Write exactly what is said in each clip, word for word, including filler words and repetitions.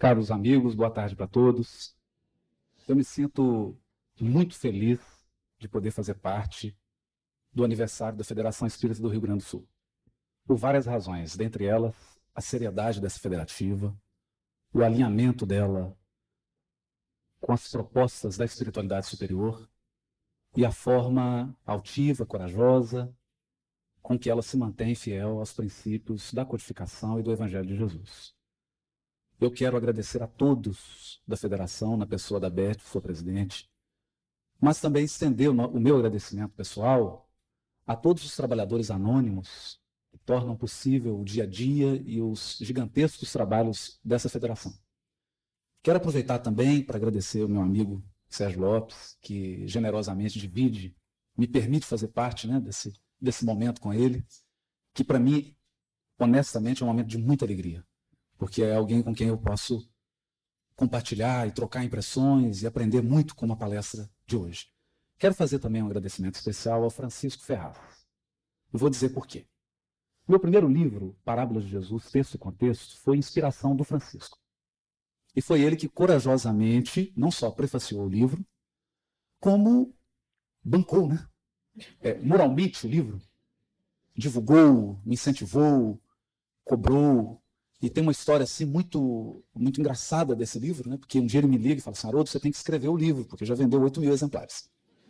Caros amigos, boa tarde para todos. Eu me sinto muito feliz de poder fazer parte do aniversário da Federação Espírita do Rio Grande do Sul. Por várias razões, dentre elas, a seriedade dessa federativa, o alinhamento dela com as propostas da espiritualidade superior e a forma altiva, corajosa, com que ela se mantém fiel aos princípios da codificação e do Evangelho de Jesus. Eu quero agradecer a todos da federação, na pessoa da Beth, sua presidente, mas também estender o meu agradecimento pessoal a todos os trabalhadores anônimos que tornam possível o dia a dia e os gigantescos trabalhos dessa federação. Quero aproveitar também para agradecer ao meu amigo Sérgio Lopes, que generosamente divide, me permite fazer parte, né, desse, desse momento com ele, que para mim, honestamente, é um momento de muita alegria, porque é alguém com quem eu posso compartilhar e trocar impressões e aprender muito com a palestra de hoje. Quero fazer também um agradecimento especial ao Francisco Ferraz. E vou dizer por quê. Meu primeiro livro, Parábolas de Jesus, Texto e Contexto, foi inspiração do Francisco. E foi ele que corajosamente, não só prefaciou o livro, como bancou, né? É, moralmente o livro, divulgou, me incentivou, cobrou. E tem uma história assim muito, muito engraçada desse livro, né? Porque um dia ele me liga e fala assim: Haroldo, você tem que escrever o livro, porque já vendeu oito mil exemplares.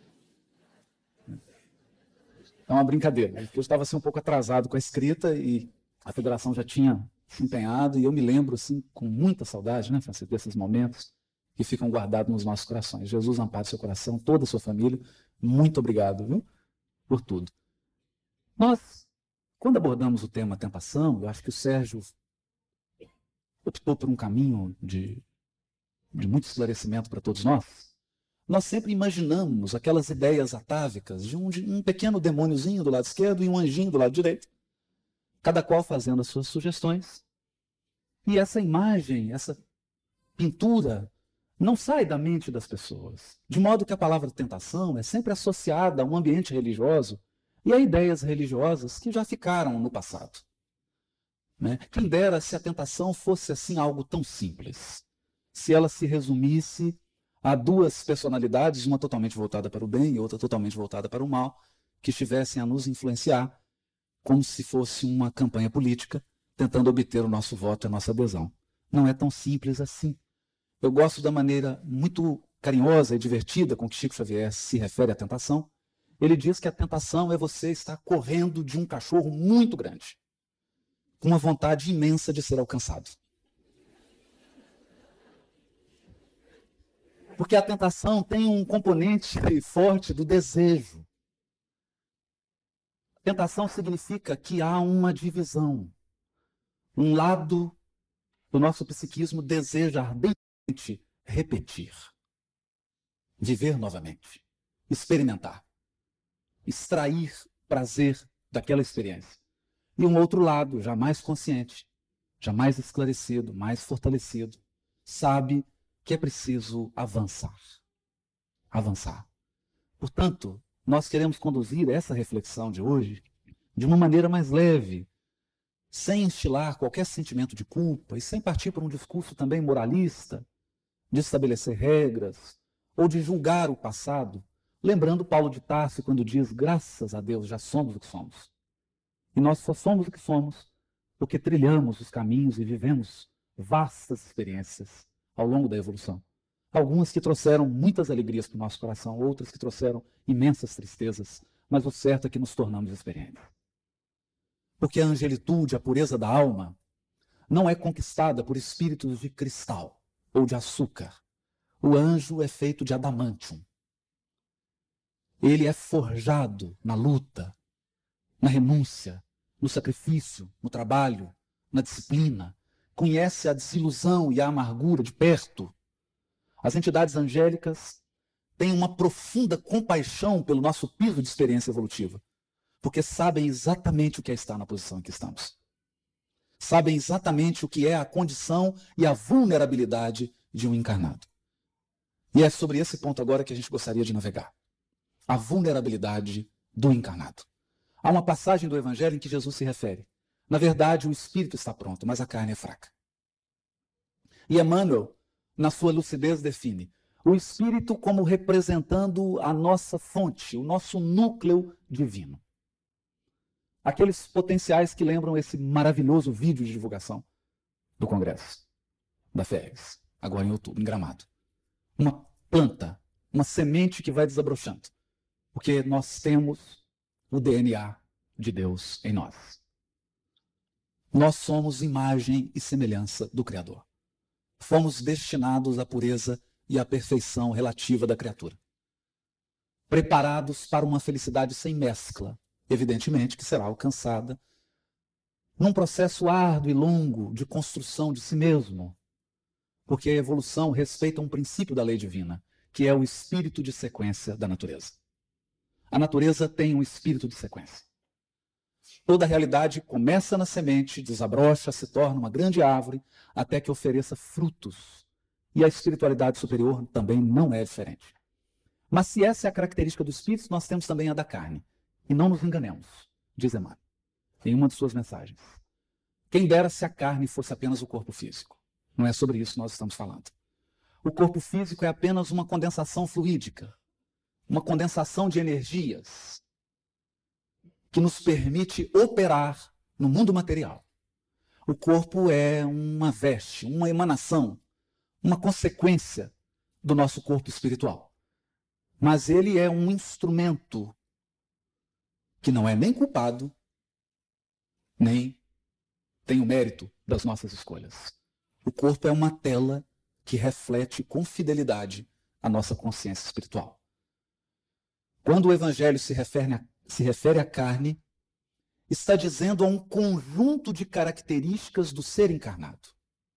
É uma brincadeira. Eu estava assim, um pouco atrasado com a escrita e a federação já tinha se empenhado, e eu me lembro assim, com muita saudade, né, Francisco, desses momentos que ficam guardados nos nossos corações. Jesus ampare seu coração, toda a sua família. Muito obrigado, viu, por tudo. Nós, quando abordamos o tema tentação, eu acho que o Sérgio optou por um caminho de, de muito esclarecimento para todos nós. Nós sempre imaginamos aquelas ideias atávicas de um, de um pequeno demôniozinho do lado esquerdo e um anjinho do lado direito, cada qual fazendo as suas sugestões. E essa imagem, essa pintura, não sai da mente das pessoas. De modo que a palavra tentação é sempre associada a um ambiente religioso e a ideias religiosas que já ficaram no passado. Né? Quem dera se a tentação fosse assim algo tão simples. Se ela se resumisse a duas personalidades, uma totalmente voltada para o bem e outra totalmente voltada para o mal, que estivessem a nos influenciar como se fosse uma campanha política, tentando obter o nosso voto e a nossa adesão. Não é tão simples assim. Eu gosto da maneira muito carinhosa e divertida com que Chico Xavier se refere à tentação. Ele diz que a tentação é você estar correndo de um cachorro muito grande, com uma vontade imensa de ser alcançado. Porque a tentação tem um componente forte do desejo. Tentação significa que há uma divisão. Um lado do nosso psiquismo deseja ardentemente repetir, viver novamente, experimentar, extrair prazer daquela experiência. E um outro lado, já mais consciente, já mais esclarecido, mais fortalecido, sabe que é preciso avançar. Avançar. Portanto, nós queremos conduzir essa reflexão de hoje de uma maneira mais leve, sem instilar qualquer sentimento de culpa e sem partir para um discurso também moralista, de estabelecer regras ou de julgar o passado, lembrando Paulo de Tarso quando diz: graças a Deus já somos o que somos. E nós só somos o que somos porque trilhamos os caminhos e vivemos vastas experiências ao longo da evolução. Algumas que trouxeram muitas alegrias para o nosso coração, outras que trouxeram imensas tristezas, mas o certo é que nos tornamos experientes. Porque a angelitude, a pureza da alma, não é conquistada por espíritos de cristal ou de açúcar. O anjo é feito de adamantium. Ele é forjado na luta, na renúncia, no sacrifício, no trabalho, na disciplina. Conhece a desilusão e a amargura de perto. As entidades angélicas têm uma profunda compaixão pelo nosso piso de experiência evolutiva, porque sabem exatamente o que é estar na posição em que estamos. Sabem exatamente o que é a condição e a vulnerabilidade de um encarnado. E é sobre esse ponto agora que a gente gostaria de navegar. A vulnerabilidade do encarnado. Há uma passagem do Evangelho em que Jesus se refere: na verdade, o espírito está pronto, mas a carne é fraca. E Emmanuel, na sua lucidez, define o Espírito como representando a nossa fonte, o nosso núcleo divino. Aqueles potenciais que lembram esse maravilhoso vídeo de divulgação do Congresso da FERGS, agora em outubro, em Gramado. Uma planta, uma semente que vai desabrochando, porque nós temos o D N A de Deus em nós. Nós somos imagem e semelhança do Criador. Fomos destinados à pureza e à perfeição relativa da criatura. Preparados para uma felicidade sem mescla, evidentemente que será alcançada num processo árduo e longo de construção de si mesmo, porque a evolução respeita um princípio da lei divina, que é o espírito de sequência da natureza. A natureza tem um espírito de sequência. Toda a realidade começa na semente, desabrocha, se torna uma grande árvore, até que ofereça frutos. E a espiritualidade superior também não é diferente. Mas se essa é a característica do espírito, nós temos também a da carne. E não nos enganemos, diz Emmanuel, em uma de suas mensagens. Quem dera se a carne fosse apenas o corpo físico. Não é sobre isso que nós estamos falando. O corpo físico é apenas uma condensação fluídica, uma condensação de energias que nos permite operar no mundo material. O corpo é uma veste, uma emanação, uma consequência do nosso corpo espiritual. Mas ele é um instrumento que não é nem culpado, nem tem o mérito das nossas escolhas. O corpo é uma tela que reflete com fidelidade a nossa consciência espiritual. Quando o Evangelho se refere a, se refere à carne, está dizendo a um conjunto de características do ser encarnado.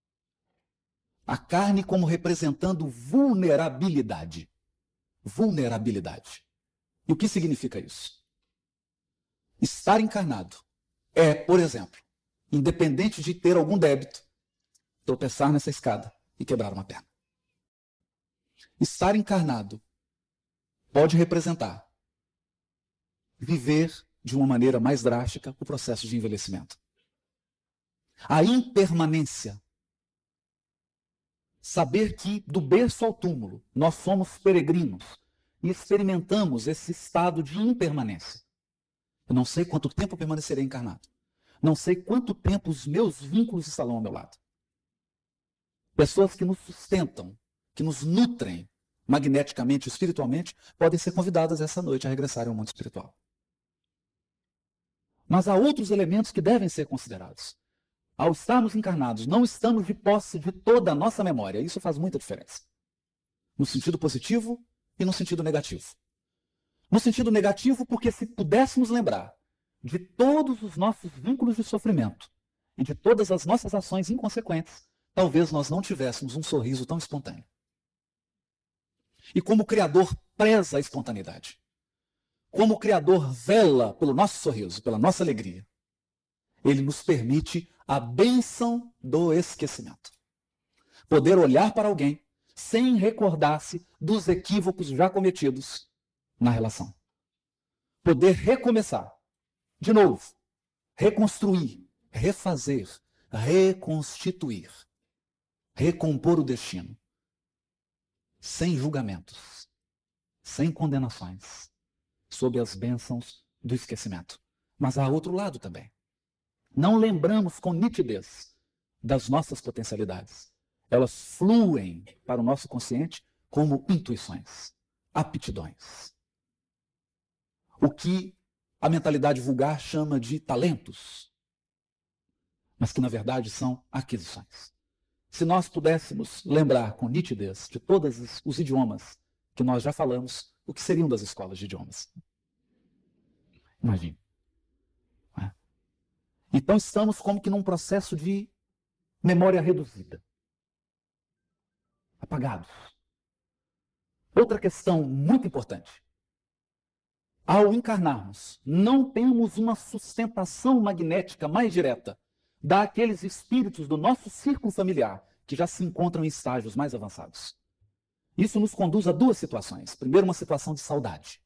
A carne como representando vulnerabilidade. Vulnerabilidade. E o que significa isso? Estar encarnado é, por exemplo, independente de ter algum débito, tropeçar nessa escada e quebrar uma perna. Estar encarnado pode representar viver de uma maneira mais drástica o processo de envelhecimento. A impermanência. Saber que do berço ao túmulo nós somos peregrinos e experimentamos esse estado de impermanência. Eu não sei quanto tempo eu permanecerei encarnado. Não sei quanto tempo os meus vínculos estarão ao meu lado. Pessoas que nos sustentam, que nos nutrem magneticamente, espiritualmente, podem ser convidadas essa noite a regressarem ao mundo espiritual. Mas há outros elementos que devem ser considerados. Ao estarmos encarnados, não estamos de posse de toda a nossa memória. Isso faz muita diferença. No sentido positivo e no sentido negativo. No sentido negativo, porque se pudéssemos lembrar de todos os nossos vínculos de sofrimento e de todas as nossas ações inconsequentes, talvez nós não tivéssemos um sorriso tão espontâneo. E como o Criador preza a espontaneidade, como o Criador vela pelo nosso sorriso, pela nossa alegria, ele nos permite a bênção do esquecimento. Poder olhar para alguém sem recordar-se dos equívocos já cometidos na relação. Poder recomeçar, de novo, reconstruir, refazer, reconstituir, recompor o destino, sem julgamentos, sem condenações, sob as bênçãos do esquecimento. Mas há outro lado também. Não lembramos com nitidez das nossas potencialidades. Elas fluem para o nosso consciente como intuições, aptidões. O que a mentalidade vulgar chama de talentos, mas que na verdade são aquisições. Se nós pudéssemos lembrar com nitidez de todos os idiomas que nós já falamos, o que seriam das escolas de idiomas? Imagine. É. Então estamos como que num processo de memória reduzida. Apagados. Outra questão muito importante. Ao encarnarmos, não temos uma sustentação magnética mais direta daqueles espíritos do nosso círculo familiar que já se encontram em estágios mais avançados. Isso nos conduz a duas situações. Primeiro, uma situação de saudade,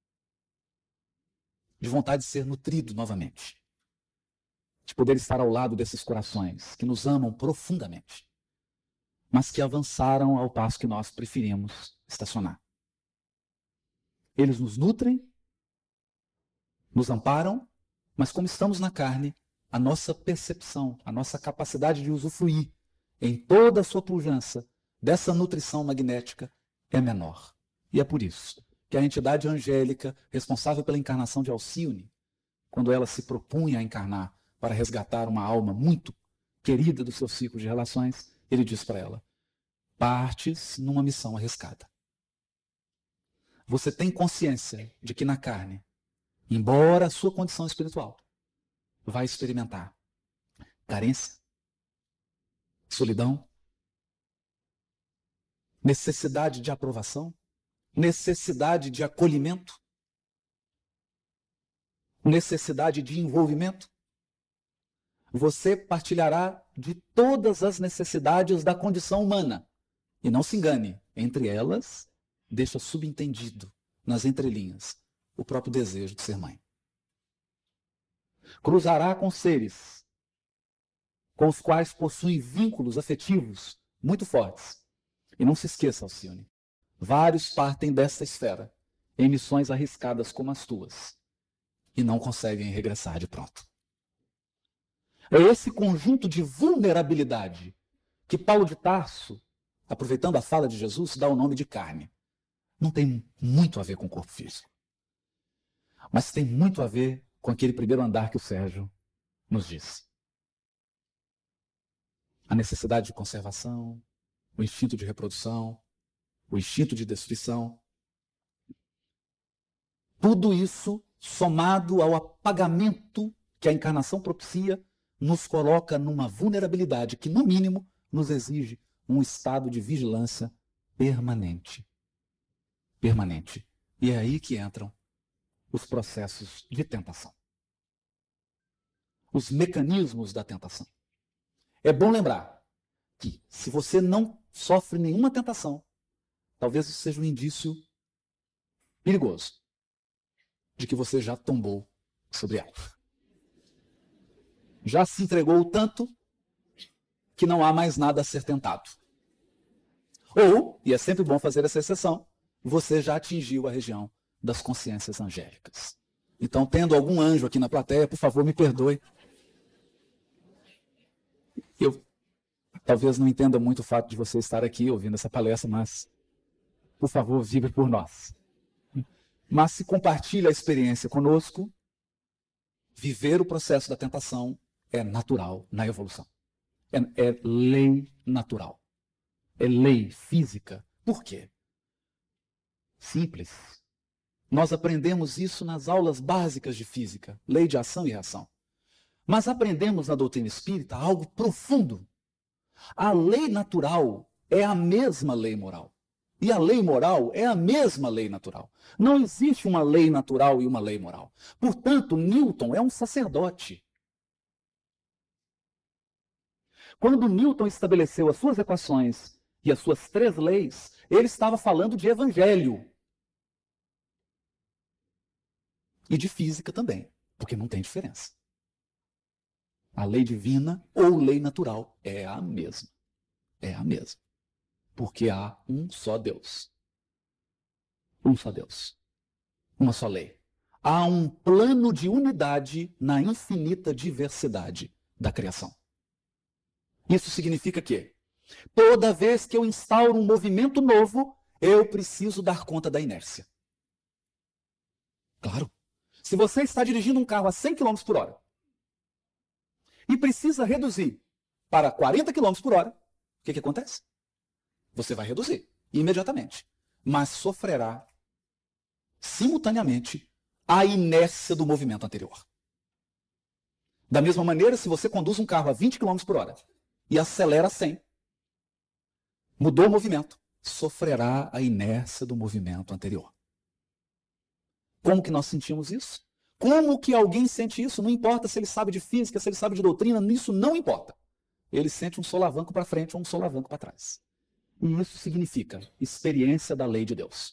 de vontade de ser nutrido novamente, de poder estar ao lado desses corações que nos amam profundamente. mas que avançaram ao passo que nós preferimos estacionar. Eles nos nutrem, nos amparam, mas como estamos na carne, a nossa percepção, a nossa capacidade de usufruir em toda a sua pujança dessa nutrição magnética é menor. E é por isso que a entidade angélica responsável pela encarnação de Alcione, quando ela se propunha a encarnar para resgatar uma alma muito querida do seu ciclo de relações, ele diz para ela: partes numa missão arriscada. Você tem consciência de que na carne, embora a sua condição espiritual, vai experimentar carência, solidão, necessidade de aprovação, necessidade de acolhimento, necessidade de envolvimento. Você partilhará de todas as necessidades da condição humana. E não se engane, entre elas, deixa subentendido, nas entrelinhas, o próprio desejo de ser mãe. Cruzará com seres com os quais possui vínculos afetivos muito fortes. E não se esqueça, Alcione, vários partem dessa esfera em missões arriscadas como as tuas e não conseguem regressar de pronto. É esse conjunto de vulnerabilidade que Paulo de Tarso, aproveitando a fala de Jesus, dá o nome de carne. Não tem muito a ver com o corpo físico, mas tem muito a ver com aquele primeiro andar que o Sérgio nos disse. A necessidade de conservação, o instinto de reprodução, o instinto de destruição. Tudo isso, somado ao apagamento que a encarnação propicia, nos coloca numa vulnerabilidade que, no mínimo, nos exige um estado de vigilância permanente. Permanente. E é aí que entram os processos de tentação. Os mecanismos da tentação. É bom lembrar que, se você não sofre nenhuma tentação, talvez isso seja um indício perigoso de que você já tombou sobre ela. Já se entregou tanto que não há mais nada a ser tentado. Ou, e é sempre bom fazer essa exceção, você já atingiu a região das consciências angélicas. Então, tendo algum anjo aqui na plateia, por favor, me perdoe. Eu talvez não entenda muito o fato de você estar aqui ouvindo essa palestra, mas, por favor, vibre por nós. Mas se compartilha a experiência conosco, viver o processo da tentação é natural na evolução. É, é lei natural. É lei física. Por quê? Simples. Nós aprendemos isso nas aulas básicas de física, lei de ação e reação. Mas aprendemos na doutrina espírita algo profundo. A lei natural é a mesma lei moral. E a lei moral é a mesma lei natural. Não existe uma lei natural e uma lei moral. Portanto, Newton é um sacerdote. Quando Newton estabeleceu as suas equações e as suas três leis, ele estava falando de evangelho. E de física também, porque não tem diferença. A lei divina ou lei natural é a mesma. É a mesma. Porque há um só Deus. Um só Deus. Uma só lei. Há um plano de unidade na infinita diversidade da criação. Isso significa que, toda vez que eu instauro um movimento novo, eu preciso dar conta da inércia. Claro. Se você está dirigindo um carro a cem quilômetros por hora e precisa reduzir para quarenta quilômetros por hora, o que, que acontece? Você vai reduzir imediatamente, mas sofrerá simultaneamente a inércia do movimento anterior. Da mesma maneira, se você conduz um carro a vinte quilômetros por hora e acelera a cem, mudou o movimento, sofrerá a inércia do movimento anterior. Como que nós sentimos isso? Como que alguém sente isso? Não importa se ele sabe de física, se ele sabe de doutrina, isso não importa. Ele sente um solavanco para frente ou um solavanco para trás. E isso significa experiência da lei de Deus.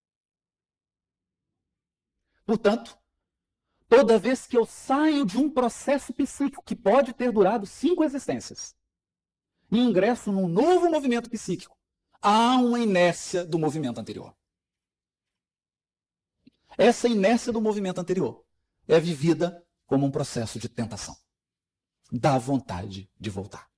Portanto, toda vez que eu saio de um processo psíquico que pode ter durado cinco existências, e ingresso num novo movimento psíquico, há uma inércia do movimento anterior. Essa inércia do movimento anterior é vivida como um processo de tentação. Dá vontade de voltar.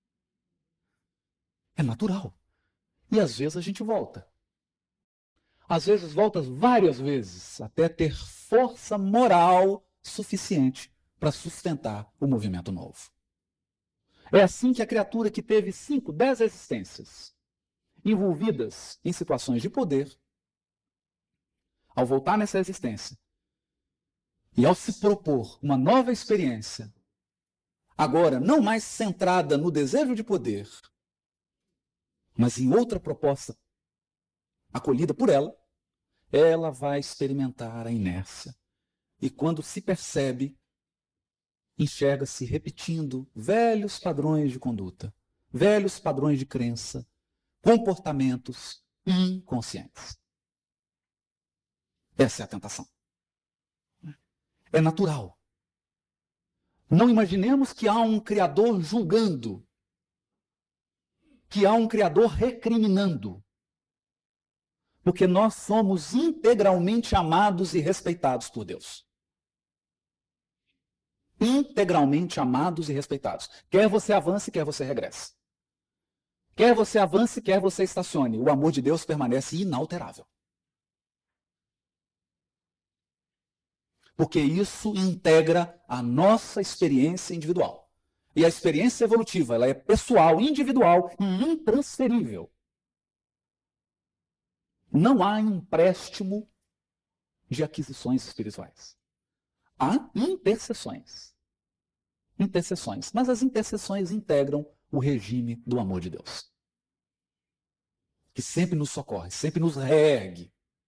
É natural. E às vezes a gente volta. Às vezes volta várias vezes, até ter força moral suficiente para sustentar o movimento novo. É assim que a criatura que teve cinco, dez existências envolvidas em situações de poder, ao voltar nessa existência e ao se propor uma nova experiência, agora não mais centrada no desejo de poder, mas em outra proposta acolhida por ela, ela vai experimentar a inércia. E quando se percebe, enxerga-se repetindo velhos padrões de conduta, velhos padrões de crença, comportamentos inconscientes. Essa é a tentação. É natural. Não imaginemos que há um Criador julgando, que há um Criador recriminando, porque nós somos integralmente amados e respeitados por Deus. Integralmente amados e respeitados. Quer você avance, quer você regresse. Quer você avance, quer você estacione. O amor de Deus permanece inalterável. Porque isso integra a nossa experiência individual. E a experiência evolutiva, ela é pessoal, individual e intransferível. Não há empréstimo de aquisições espirituais. Há intercessões. Intercessões. Mas as intercessões integram o regime do amor de Deus, que sempre nos socorre, sempre nos reergue.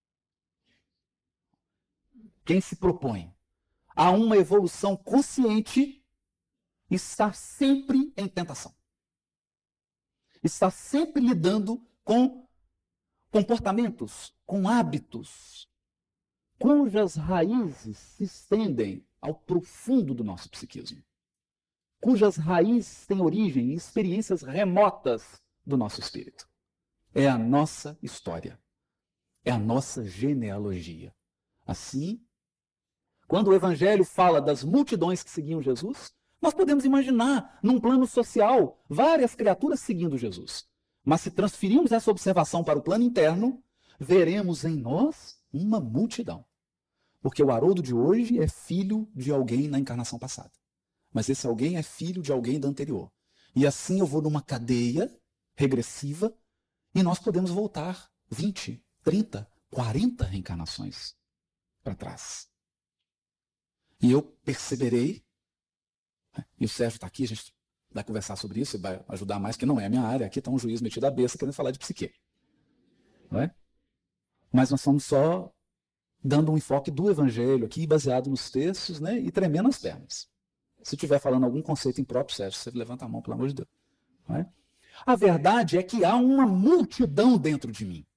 Quem se propõe a uma evolução consciente está sempre em tentação. Está sempre lidando com comportamentos, com hábitos, cujas raízes se estendem ao profundo do nosso psiquismo, cujas raízes têm origem em experiências remotas do nosso espírito. É a nossa história, é a nossa genealogia. Assim, quando o Evangelho fala das multidões que seguiam Jesus, nós podemos imaginar, num plano social, várias criaturas seguindo Jesus. Mas se transferirmos essa observação para o plano interno, veremos em nós uma multidão. Porque o Haroldo de hoje é filho de alguém na encarnação passada. Mas esse alguém é filho de alguém da anterior. E assim eu vou numa cadeia regressiva e nós podemos voltar vinte, trinta, quarenta reencarnações para trás. E eu perceberei, e o Sérgio está aqui, a gente vai conversar sobre isso, vai ajudar mais, que não é a minha área, aqui está um juiz metido à besta querendo falar de psique. Não é? Mas nós estamos só dando um enfoque do Evangelho aqui, baseado nos textos, né, e tremendo as pernas. Se estiver falando algum conceito impróprio, Sérgio, você levanta a mão, pelo amor de Deus. Não é? A verdade é que há uma multidão dentro de mim.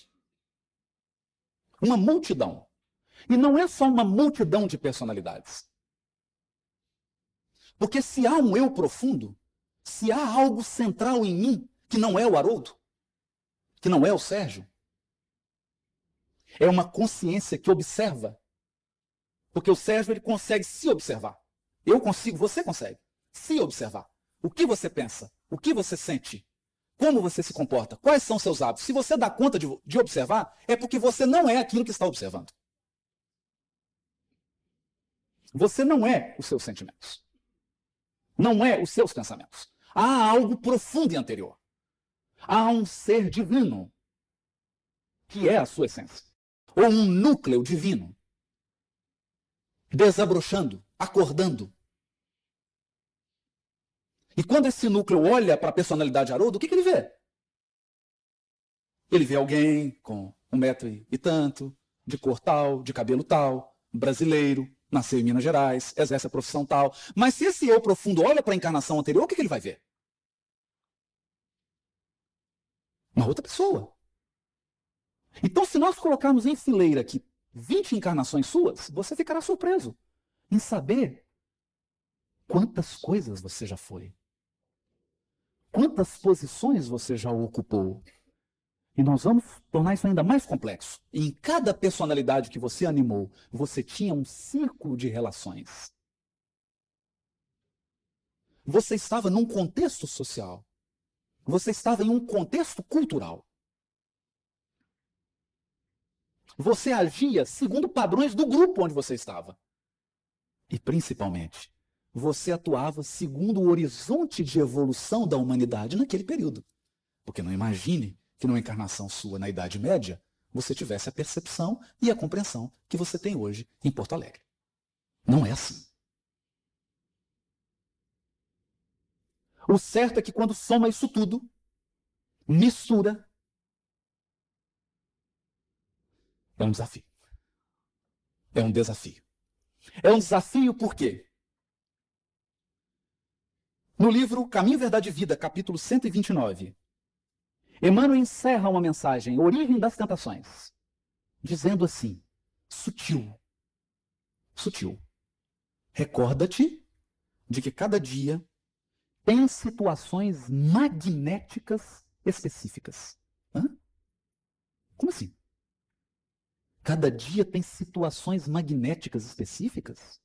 Uma multidão. E não é só uma multidão de personalidades. Porque se há um eu profundo, se há algo central em mim, que não é o Haroldo, que não é o Sérgio, é uma consciência que observa. Porque o Sérgio ele consegue se observar. Eu consigo, você consegue se observar. O que você pensa? O que você sente? Como você se comporta? Quais são seus hábitos? Se você dá conta de, de observar, é porque você não é aquilo que está observando. Você não é os seus sentimentos. Não é os seus pensamentos. Há algo profundo e anterior. Há um ser divino, que é a sua essência. Ou um núcleo divino, desabrochando, acordando. E quando esse núcleo olha para a personalidade de Haroldo, o que, que ele vê? Ele vê alguém com um metro e tanto, de cor tal, de cabelo tal, brasileiro, nasceu em Minas Gerais, exerce a profissão tal. Mas se esse eu profundo olha para a encarnação anterior, o que, que ele vai ver? Uma outra pessoa. Então, se nós colocarmos em fileira aqui vinte encarnações suas, você ficará surpreso em saber quantas coisas você já foi. quantas posições você já ocupou. E nós vamos tornar isso ainda mais complexo. Em cada personalidade que você animou, você tinha um círculo de relações. Você estava num contexto social. Você estava em um contexto cultural. Você agia segundo padrões do grupo onde você estava. E, principalmente, você atuava segundo o horizonte de evolução da humanidade naquele período. Porque não imagine que numa encarnação sua na Idade Média, você tivesse a percepção e a compreensão que você tem hoje em Porto Alegre. Não é assim. O certo é que quando soma isso tudo, mistura, é um desafio. É um desafio. É um desafio por quê? No livro Caminho, Verdade e Vida, capítulo cento e vinte e nove, Emmanuel encerra uma mensagem, Origem das Tentações, dizendo assim, sutil, sutil, recorda-te de que cada dia tem situações magnéticas específicas. Hã? Como assim? Cada dia tem situações magnéticas específicas?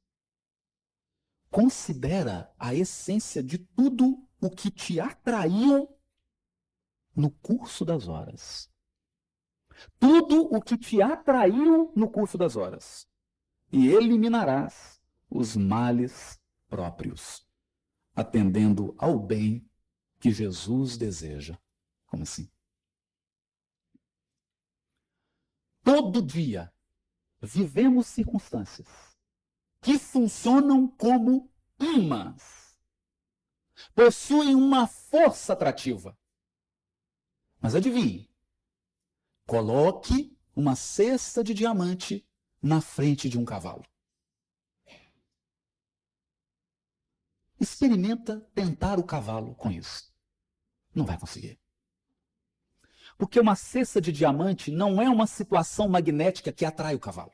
Considera a essência de tudo o que te atraiu no curso das horas. Tudo o que te atraiu no curso das horas. E eliminarás os males próprios, atendendo ao bem que Jesus deseja. Como assim? Todo dia vivemos circunstâncias que funcionam como imãs. Possuem uma força atrativa. Mas adivinhe, coloque uma cesta de diamante na frente de um cavalo. Experimenta tentar o cavalo com isso. Não vai conseguir. Porque uma cesta de diamante não é uma situação magnética que atrai o cavalo.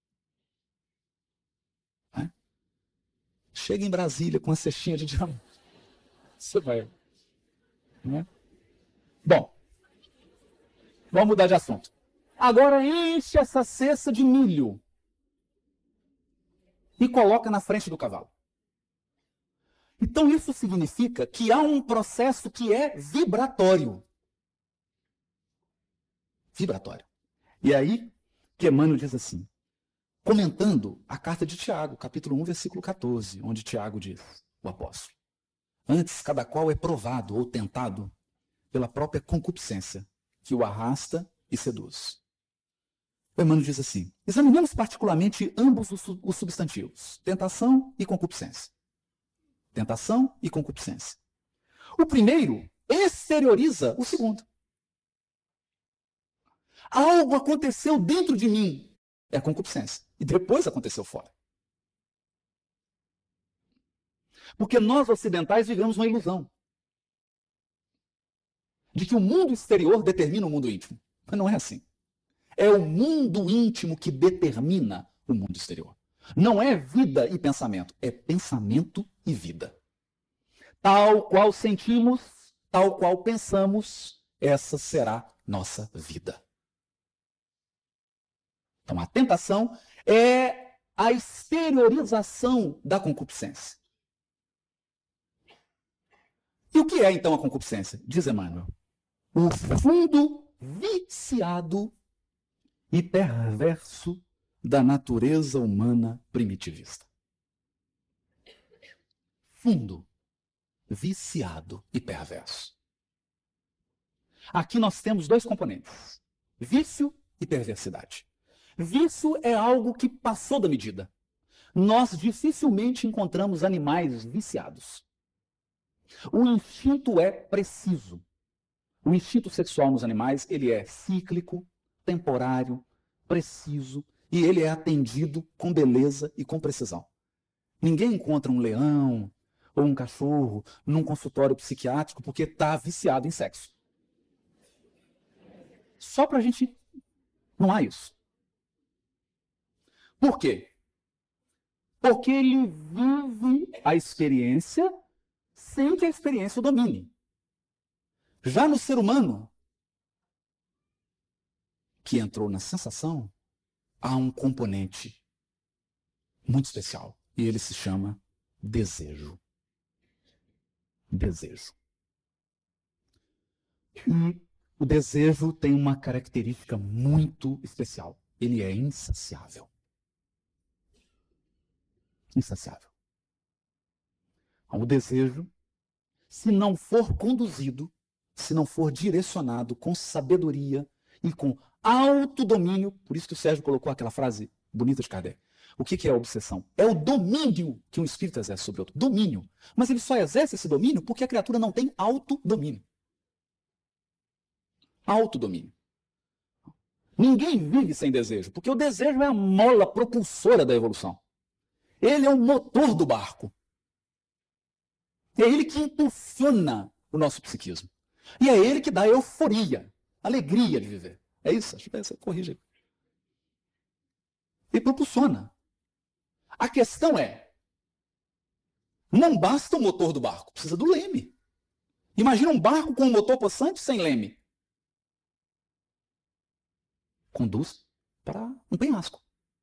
É? Chega em Brasília com uma cestinha de diamante. Você vai. Né? Bom, vamos mudar de assunto. Agora enche essa cesta de milho e coloca na frente do cavalo. Então isso significa que há um processo que é vibratório. Vibratório. E aí, que Emmanuel diz assim, comentando a carta de Tiago, capítulo um, versículo quatorze, onde Tiago diz, o apóstolo, antes cada qual é provado ou tentado pela própria concupiscência, que o arrasta e seduz. O Emmanuel diz assim, examinemos particularmente ambos os substantivos, tentação e concupiscência. Tentação e concupiscência. O primeiro exterioriza o segundo. Algo aconteceu dentro de mim, é a concupiscência. E depois aconteceu fora. Porque nós ocidentais vivemos uma ilusão de que o mundo exterior determina o mundo íntimo. Mas não é assim. É o mundo íntimo que determina o mundo exterior. Não é vida e pensamento, é pensamento e vida. Tal qual sentimos, tal qual pensamos, essa será nossa vida. Então, a tentação é a exteriorização da concupiscência. E o que é, então, a concupiscência? Diz Emmanuel. O fundo viciado e perverso da natureza humana primitivista. Fundo, viciado e perverso. Aqui nós temos dois componentes, vício e perversidade. Vício é algo que passou da medida. Nós dificilmente encontramos animais viciados. O instinto é preciso. O instinto sexual nos animais, ele é cíclico, temporário, preciso, e ele é atendido com beleza e com precisão. Ninguém encontra um leão ou um cachorro num consultório psiquiátrico porque está viciado em sexo. Só para a gente... Não há isso. Por quê? Porque ele vive a experiência sem que a experiência o domine. Já no ser humano, que entrou na sensação, há um componente muito especial. E ele se chama desejo. Desejo. E o desejo tem uma característica muito especial. Ele é insaciável. Insaciável. O desejo, se não for conduzido, se não for direcionado com sabedoria e com autodomínio, por isso que o Sérgio colocou aquela frase bonita de Kardec. O que é a obsessão? É o domínio que um espírito exerce sobre outro. Domínio. Mas ele só exerce esse domínio porque a criatura não tem autodomínio. Autodomínio. Ninguém vive sem desejo, porque o desejo é a mola propulsora da evolução. Ele é o motor do barco. É ele que impulsiona o nosso psiquismo. E é ele que dá euforia, alegria de viver. É isso? Acho que você corrige aí. Ele propulsiona. A questão é, não basta o motor do barco, precisa do leme. Imagina um barco com um motor possante sem leme. Conduz para um penhasco.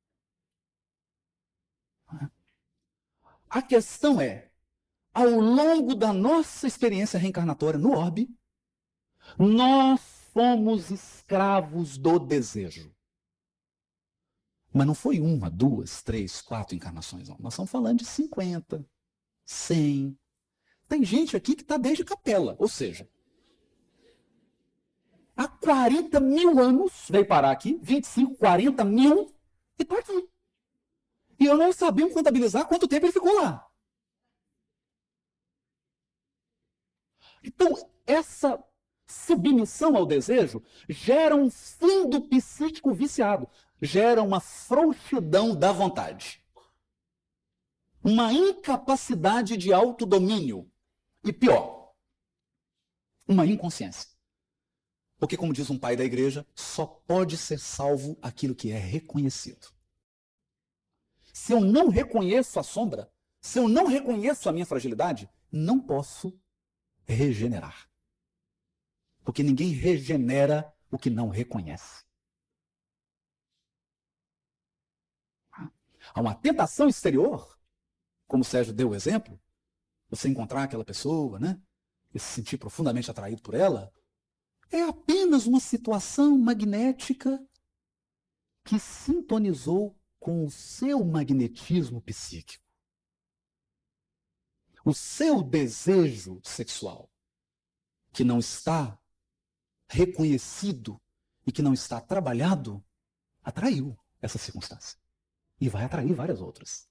A questão é, ao longo da nossa experiência reencarnatória no orbe, nós fomos escravos do desejo. Mas não foi uma, duas, três, quatro encarnações, não. Nós estamos falando de cinquenta, cem. Tem gente aqui que está desde capela, ou seja, há quarenta mil anos veio parar aqui, vinte e cinco, quarenta mil, e está aqui. E eu não sabia contabilizar quanto tempo ele ficou lá. Então, essa submissão ao desejo gera um fundo psíquico viciado, gera uma frouxidão da vontade, uma incapacidade de autodomínio e, pior, uma inconsciência. Porque, como diz um pai da igreja, só pode ser salvo aquilo que é reconhecido. Se eu não reconheço a sombra, se eu não reconheço a minha fragilidade, não posso regenerar. Porque ninguém regenera o que não reconhece. Há uma tentação exterior, como o Sérgio deu o exemplo, você encontrar aquela pessoa, né, e se sentir profundamente atraído por ela, é apenas uma situação magnética que sintonizou com o seu magnetismo psíquico. O seu desejo sexual, que não está reconhecido e que não está trabalhado, atraiu essa circunstância. E vai atrair várias outras.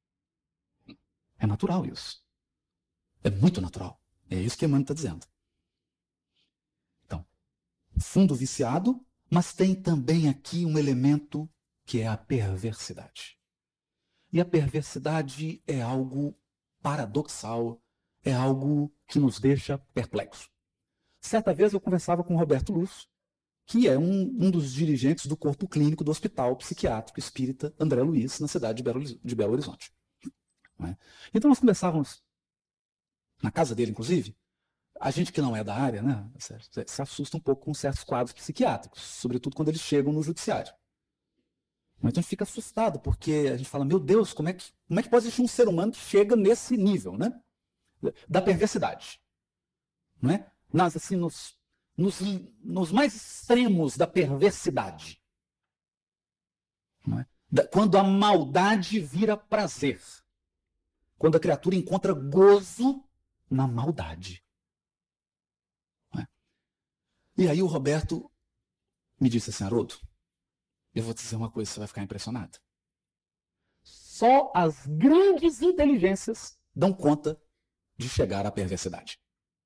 É natural isso. É muito natural. É isso que Emmanuel está dizendo. Então, fundo viciado, mas tem também aqui um elemento que é a perversidade. E a perversidade é algo paradoxal, é algo que nos deixa perplexos. Certa vez eu conversava com o Roberto Lúcio, que é um, um dos dirigentes do corpo clínico do Hospital Psiquiátrico Espírita André Luiz, na cidade de Belo, de Belo Horizonte. Né? Então nós conversávamos na casa dele, inclusive. A gente que não é da área, né, se assusta um pouco com certos quadros psiquiátricos, sobretudo quando eles chegam no judiciário. Então a gente fica assustado, porque a gente fala, meu Deus, como é que, como é que pode existir um ser humano que chega nesse nível, né, da perversidade? Não é? Nas, assim, nos, nos, nos mais extremos da perversidade. Não é? Da, quando a maldade vira prazer. Quando a criatura encontra gozo na maldade. Não é? E aí o Roberto me disse assim, Haroldo, eu vou te dizer uma coisa, você vai ficar impressionado. Só as grandes inteligências dão conta de chegar à perversidade.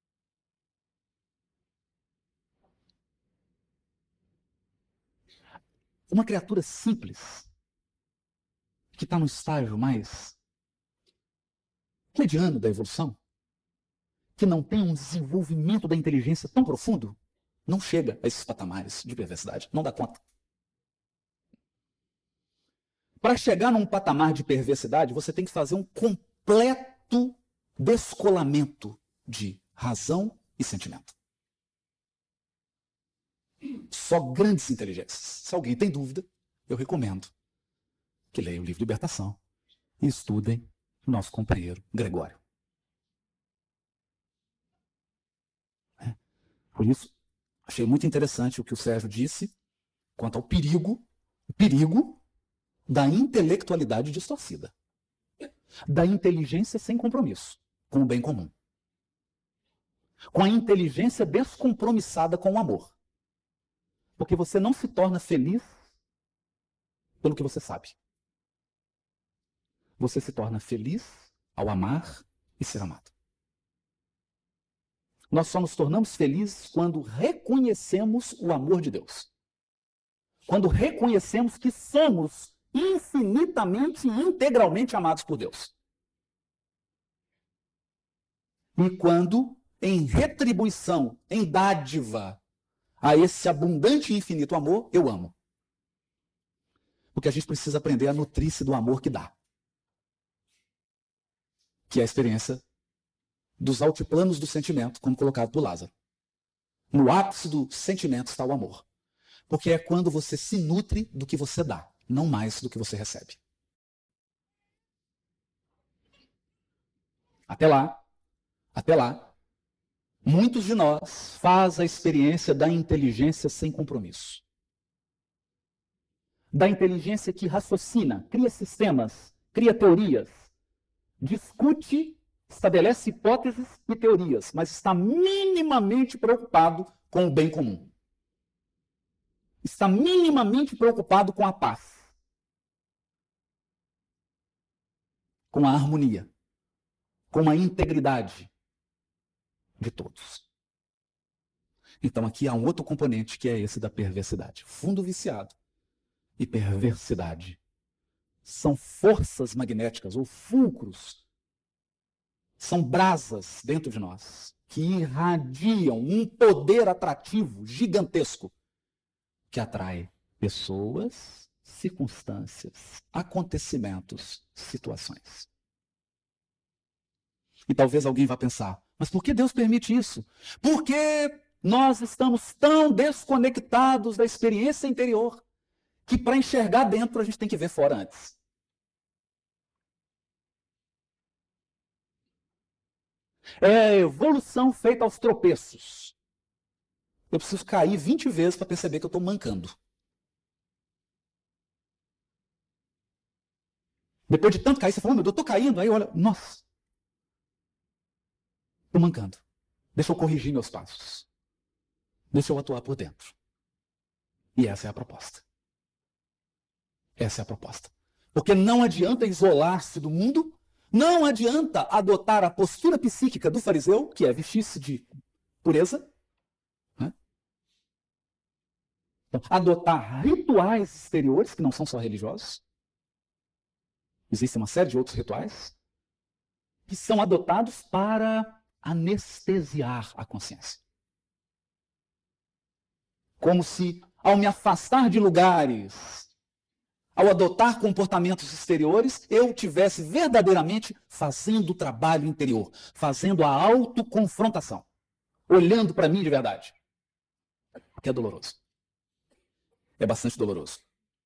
Uma criatura simples, que está no estágio mais mediano da evolução, que não tem um desenvolvimento da inteligência tão profundo, não chega a esses patamares de perversidade, não dá conta. Para chegar num patamar de perversidade, você tem que fazer um completo descolamento de razão e sentimento. só grandes inteligências. Se alguém tem dúvida, eu recomendo que leiam o livro Libertação e estudem o nosso companheiro Gregório. É. Por isso, achei muito interessante o que o Sérgio disse quanto ao perigo, o perigo da intelectualidade distorcida, da inteligência sem compromisso com o bem comum, com a inteligência descompromissada com o amor. Porque você não se torna feliz pelo que você sabe. Você se torna feliz ao amar e ser amado. Nós só nos tornamos felizes quando reconhecemos o amor de Deus. Quando reconhecemos que somos infinitamente e integralmente amados por Deus. E quando, em retribuição, em dádiva, a esse abundante e infinito amor, eu amo. Porque a gente precisa aprender a nutrir-se do amor que dá. Que é a experiência dos altiplanos do sentimento, como colocado por Lázaro. No ápice do sentimento está o amor. Porque é quando você se nutre do que você dá, não mais do que você recebe. Até lá, até lá, muitos de nós fazem a experiência da inteligência sem compromisso. Da inteligência que raciocina, cria sistemas, cria teorias, discute, estabelece hipóteses e teorias, mas está minimamente preocupado com o bem comum. Está minimamente preocupado com a paz, com a harmonia, com a integridade de todos. Então aqui há um outro componente que é esse da perversidade. Fundo viciado e perversidade são forças magnéticas ou fulcros, são brasas dentro de nós que irradiam um poder atrativo gigantesco que atrai pessoas, circunstâncias, acontecimentos, situações. E talvez alguém vá pensar, mas por que Deus permite isso? Porque nós estamos tão desconectados da experiência interior que para enxergar dentro a gente tem que ver fora antes. É a evolução feita aos tropeços. Eu preciso cair vinte vezes para perceber que eu estou mancando. Depois de tanto cair, você fala, meu Deus, eu estou caindo. Aí olha, nossa, estou mancando. Deixa eu corrigir meus passos. Deixa eu atuar por dentro. E essa é a proposta. Essa é a proposta. Porque não adianta isolar-se do mundo, não adianta adotar a postura psíquica do fariseu, que é vestir-se de pureza, né? Então, adotar rituais exteriores, que não são só religiosos. Existem uma série de outros rituais que são adotados para anestesiar a consciência. Como se, ao me afastar de lugares, ao adotar comportamentos exteriores, eu tivesse verdadeiramente fazendo o trabalho interior, fazendo a autoconfrontação, olhando para mim de verdade. Porque é doloroso. É bastante doloroso.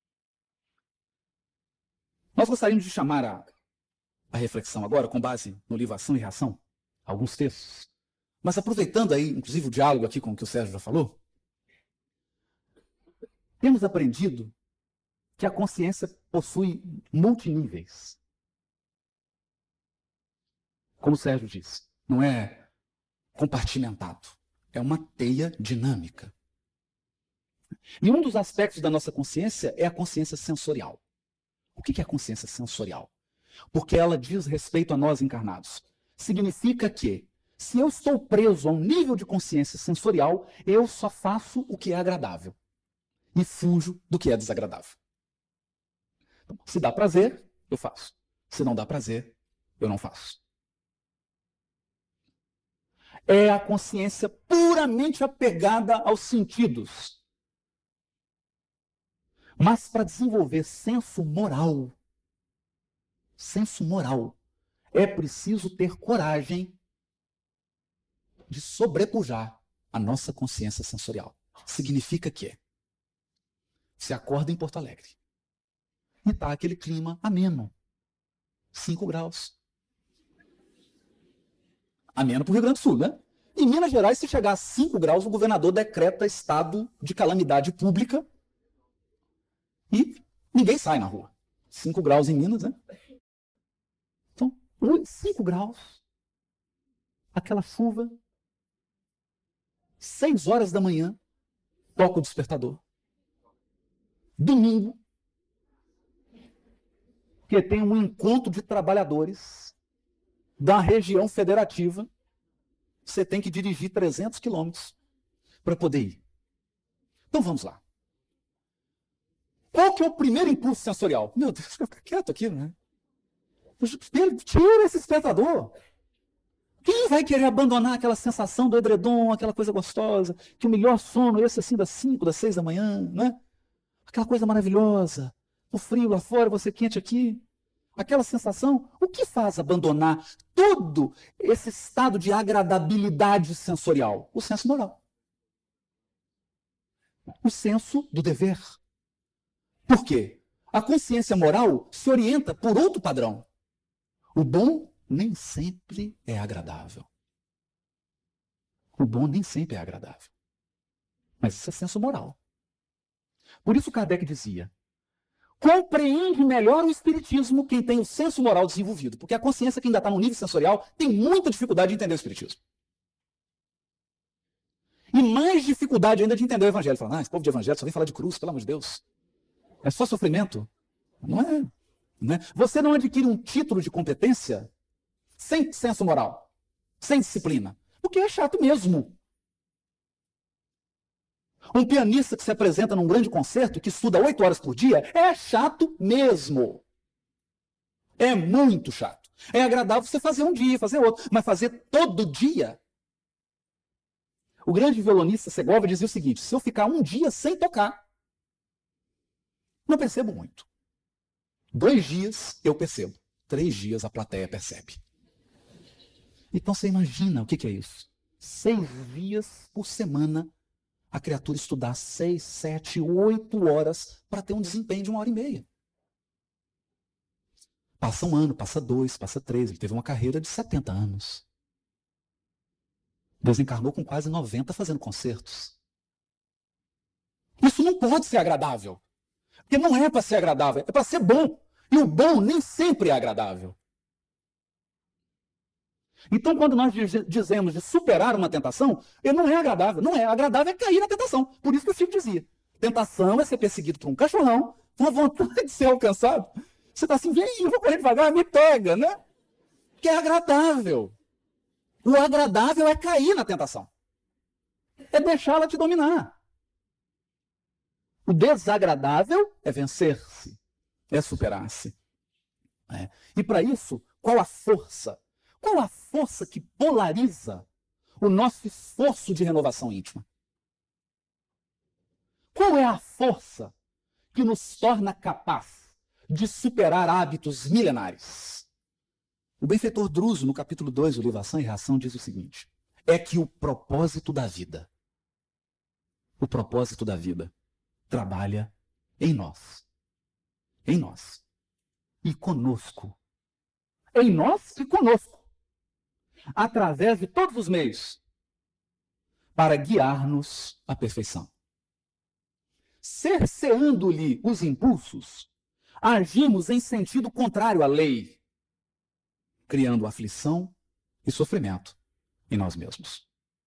Nós gostaríamos de chamar a, a reflexão agora, com base no livro Ação e Reação, alguns textos, mas aproveitando aí, inclusive, o diálogo aqui com o que o Sérgio já falou, temos aprendido que a consciência possui multiníveis. Como o Sérgio disse, não é compartimentado, é uma teia dinâmica. E um dos aspectos da nossa consciência é a consciência sensorial. O que é a consciência sensorial? Porque ela diz respeito a nós encarnados. Significa que, se eu estou preso a um nível de consciência sensorial, eu só faço o que é agradável e fujo do que é desagradável. Então, se dá prazer, eu faço. Se não dá prazer, eu não faço. É a consciência puramente apegada aos sentidos. Mas para desenvolver senso moral, senso moral, é preciso ter coragem de sobrepujar a nossa consciência sensorial. significa que você acorda em Porto Alegre e está aquele clima ameno, cinco graus. Ameno para o Rio Grande do Sul, né? Em Minas Gerais, se chegar a cinco graus, o governador decreta estado de calamidade pública e ninguém sai na rua. cinco graus em Minas, né? Então, cinco graus, aquela chuva, seis horas da manhã, toca o despertador. Domingo, que tem um encontro de trabalhadores da região federativa, você tem que dirigir trezentos quilômetros para poder ir. Então vamos lá. Qual que é o primeiro impulso sensorial? Meu Deus, fica quieto aqui, né? Tira esse despertador. Quem vai querer abandonar aquela sensação do edredom, aquela coisa gostosa, que o melhor sono é esse assim das cinco, das seis da manhã, né? Aquela coisa maravilhosa, o frio lá fora, você quente aqui. Aquela sensação, o que faz abandonar todo esse estado de agradabilidade sensorial? O senso moral. O senso do dever. Por quê? A consciência moral se orienta por outro padrão. O bom nem sempre é agradável. O bom nem sempre é agradável. Mas isso é senso moral. Por isso Kardec dizia: compreende melhor o espiritismo quem tem o senso moral desenvolvido, porque a consciência que ainda está no nível sensorial tem muita dificuldade de entender o espiritismo. E mais dificuldade ainda de entender o evangelho. Fala, ah, esse povo de evangelho só vem falar de cruz, pelo amor de Deus. É só sofrimento. Não é. Não é. Você não adquire um título de competência sem senso moral, sem disciplina, porque é chato mesmo. Um pianista que se apresenta num grande concerto, que estuda oito horas por dia, é chato mesmo. É muito chato. É agradável você fazer um dia, fazer outro, mas fazer todo dia. O grande violonista Segovia dizia o seguinte: se eu ficar um dia sem tocar, não percebo muito. Dois dias eu percebo. Três dias a plateia percebe. Então você imagina o que, que é isso? Seis dias por semana a criatura estudar seis, sete, oito horas para ter um desempenho de uma hora e meia. Passa um ano, passa dois, passa três. Ele teve uma carreira de setenta anos. Desencarnou com quase noventa fazendo concertos. Isso não pode ser agradável. Porque não é para ser agradável, é para ser bom. E o bom nem sempre é agradável. Então, quando nós dizemos de superar uma tentação, ele não é agradável. Não é. Agradável é cair na tentação. Por isso que o Chico dizia: tentação é ser perseguido por um cachorrão, com a vontade de ser alcançado. Você está assim, vem, eu vou correr devagar, me pega, né? Que é agradável. O agradável é cair na tentação. É deixá-la te dominar. O desagradável é vencer-se, é superar-se. É. E para isso, qual a força? Qual a força que polariza o nosso esforço de renovação íntima? Qual é a força que nos torna capaz de superar hábitos milenares? O benfeitor Druso, no capítulo dois do livro Ação e Reação, diz o seguinte: é que o propósito da vida, o propósito da vida, trabalha em nós. Em nós. E conosco. Em nós e conosco. Através de todos os meios, para guiar-nos à perfeição. Cerceando-lhe os impulsos, agimos em sentido contrário à lei, criando aflição e sofrimento em nós mesmos.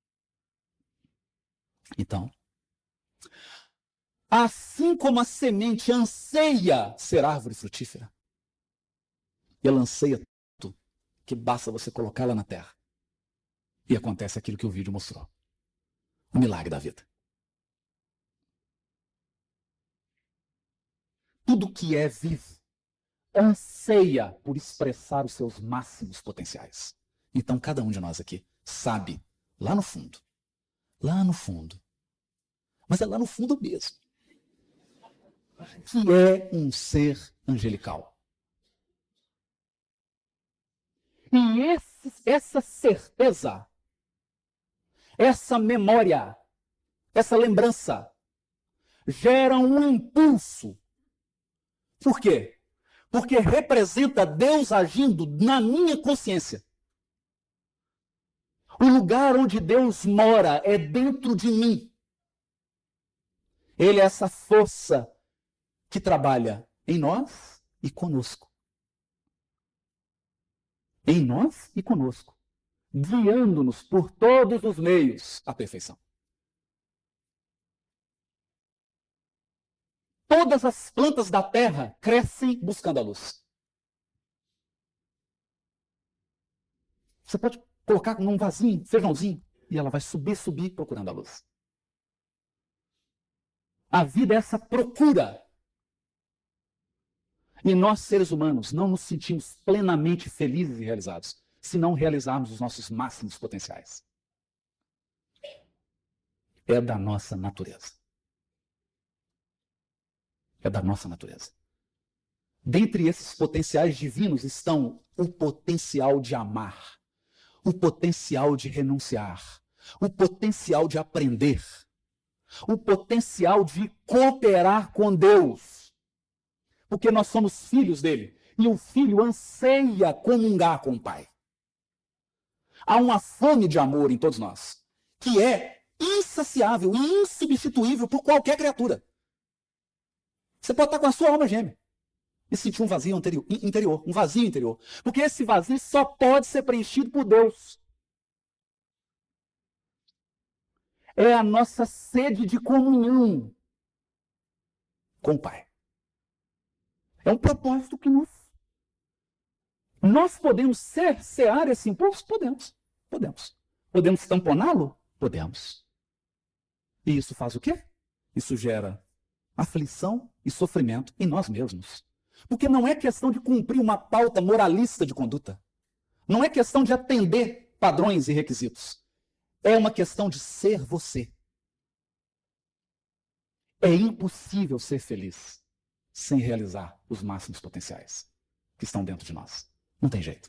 Então, assim como a semente anseia ser árvore frutífera, e ela anseia tanto que basta você colocá-la na terra, e acontece aquilo que o vídeo mostrou. O milagre da vida. Tudo que é vivo anseia por expressar os seus máximos potenciais. Então, cada um de nós aqui sabe, lá no fundo, lá no fundo, mas é lá no fundo mesmo, que é um ser angelical. E esse, essa certeza, essa memória, essa lembrança, gera um impulso. Por quê? Porque representa Deus agindo na minha consciência. O lugar onde Deus mora é dentro de mim. Ele é essa força que trabalha em nós e conosco. Em nós e conosco, guiando-nos por todos os meios à perfeição. Todas as plantas da terra crescem buscando a luz. Você pode colocar num vasinho, feijãozinho, e ela vai subir, subir procurando a luz. A vida é essa procura. E nós, seres humanos, não nos sentimos plenamente felizes e realizados se não realizarmos os nossos máximos potenciais. É da nossa natureza. É da nossa natureza. Dentre esses potenciais divinos estão o potencial de amar, o potencial de renunciar, o potencial de aprender, o potencial de cooperar com Deus. Porque nós somos filhos dele. E o filho anseia comungar com o pai. Há uma fome de amor em todos nós, que é insaciável e insubstituível por qualquer criatura. Você pode estar com a sua alma gêmea e sentir um vazio interior, um vazio interior. Porque esse vazio só pode ser preenchido por Deus. É a nossa sede de comunhão com o Pai. É um propósito que nos... Nós podemos cercear esse impulso? Podemos. Podemos. Podemos tamponá-lo? Podemos. E isso faz o quê? Isso gera aflição e sofrimento em nós mesmos. Porque não é questão de cumprir uma pauta moralista de conduta. Não é questão de atender padrões e requisitos. É uma questão de ser você. É impossível ser feliz sem realizar os máximos potenciais que estão dentro de nós. Não tem jeito.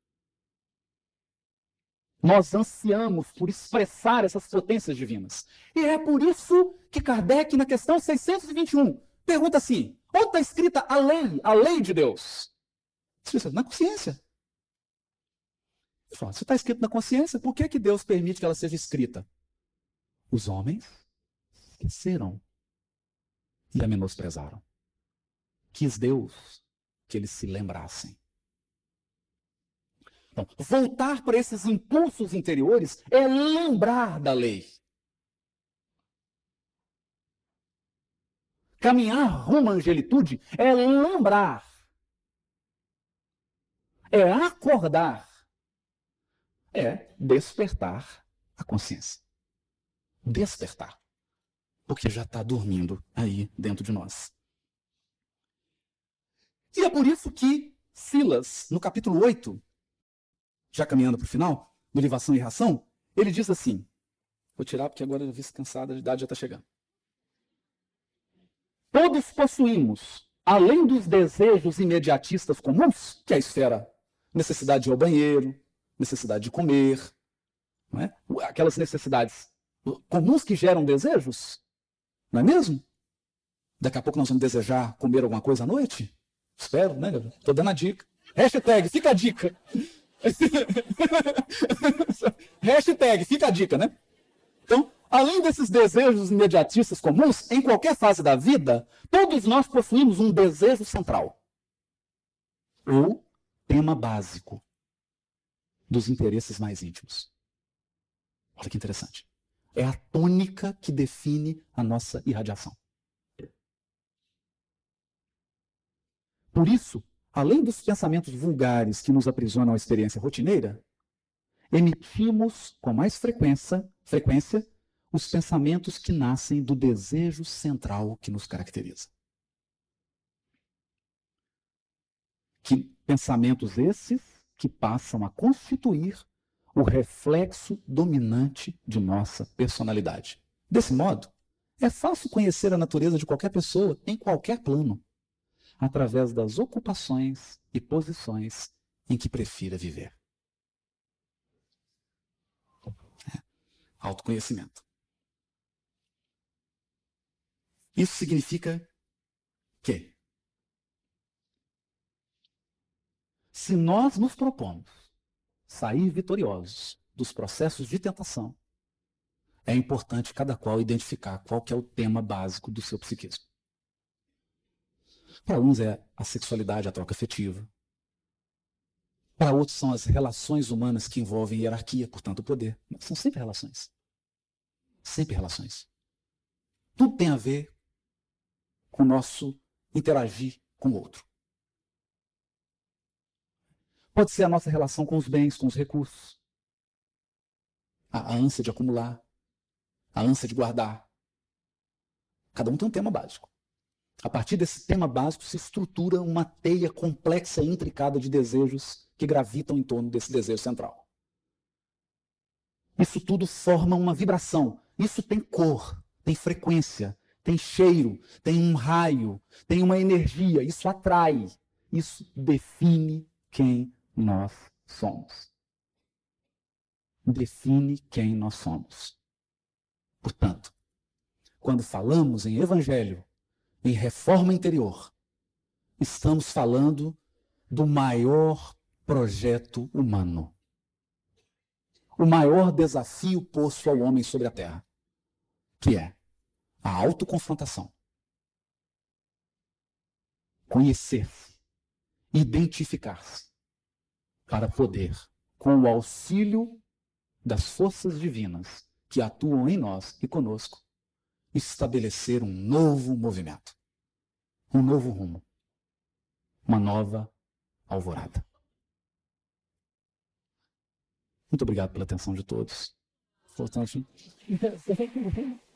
Nós ansiamos por expressar essas potências divinas. E é por isso que Kardec, na questão seiscentos e vinte e um, pergunta assim, onde está escrita a lei, a lei de Deus? Na consciência. Ele fala, se está escrito na consciência, por que, que Deus permite que ela seja escrita? Os homens esqueceram e a menosprezaram. Quis Deus que eles se lembrassem. Então, voltar para esses impulsos interiores é lembrar da lei. Caminhar rumo à angelitude é lembrar. É acordar. É despertar a consciência. Despertar. Porque já está dormindo aí dentro de nós. E é por isso que Silas, no capítulo oito, já caminhando para o final, do livro Ação e Reação, ele diz assim, vou tirar porque agora eu vi cansada, a idade já está chegando. Todos possuímos, além dos desejos imediatistas comuns, que é a esfera, necessidade de ir ao banheiro, necessidade de comer, não é? Aquelas necessidades comuns que geram desejos, não é mesmo? Daqui a pouco nós vamos desejar comer alguma coisa à noite? Espero, né? Estou dando a dica. Hashtag, fica a dica. Hashtag, fica a dica, né? Então, além desses desejos imediatistas comuns, em qualquer fase da vida, todos nós possuímos um desejo central. Ou tema básico dos interesses mais íntimos. Olha que interessante. É a tônica que define a nossa irradiação. Por isso, além dos pensamentos vulgares que nos aprisionam à experiência rotineira, emitimos com mais frequência, frequência os pensamentos que nascem do desejo central que nos caracteriza. Que pensamentos esses que passam a constituir o reflexo dominante de nossa personalidade. Desse modo, é fácil conhecer a natureza de qualquer pessoa em qualquer plano, através das ocupações e posições em que prefira viver. É. Autoconhecimento. Isso significa que, se nós nos propomos sair vitoriosos dos processos de tentação, é importante cada qual identificar qual que é o tema básico do seu psiquismo. Para uns é a sexualidade, a troca afetiva. Para outros são as relações humanas que envolvem hierarquia, portanto o poder. Mas são sempre relações. Sempre relações. Tudo tem a ver com o nosso interagir com o outro. Pode ser a nossa relação com os bens, com os recursos. A ânsia de acumular. A ânsia de guardar. Cada um tem um tema básico. A partir desse tema básico se estrutura uma teia complexa e intricada de desejos que gravitam em torno desse desejo central. Isso tudo forma uma vibração. Isso tem cor, tem frequência, tem cheiro, tem um raio, tem uma energia. Isso atrai. Isso define quem nós somos. Define quem nós somos. Portanto, quando falamos em evangelho, em reforma interior, estamos falando do maior projeto humano. O maior desafio posto ao homem sobre a terra, que é a autoconfrontação. Conhecer-se, identificar-se, para poder, com o auxílio das forças divinas que atuam em nós e conosco, estabelecer um novo movimento, um novo rumo, uma nova alvorada. Muito obrigado pela atenção de todos. Portanto,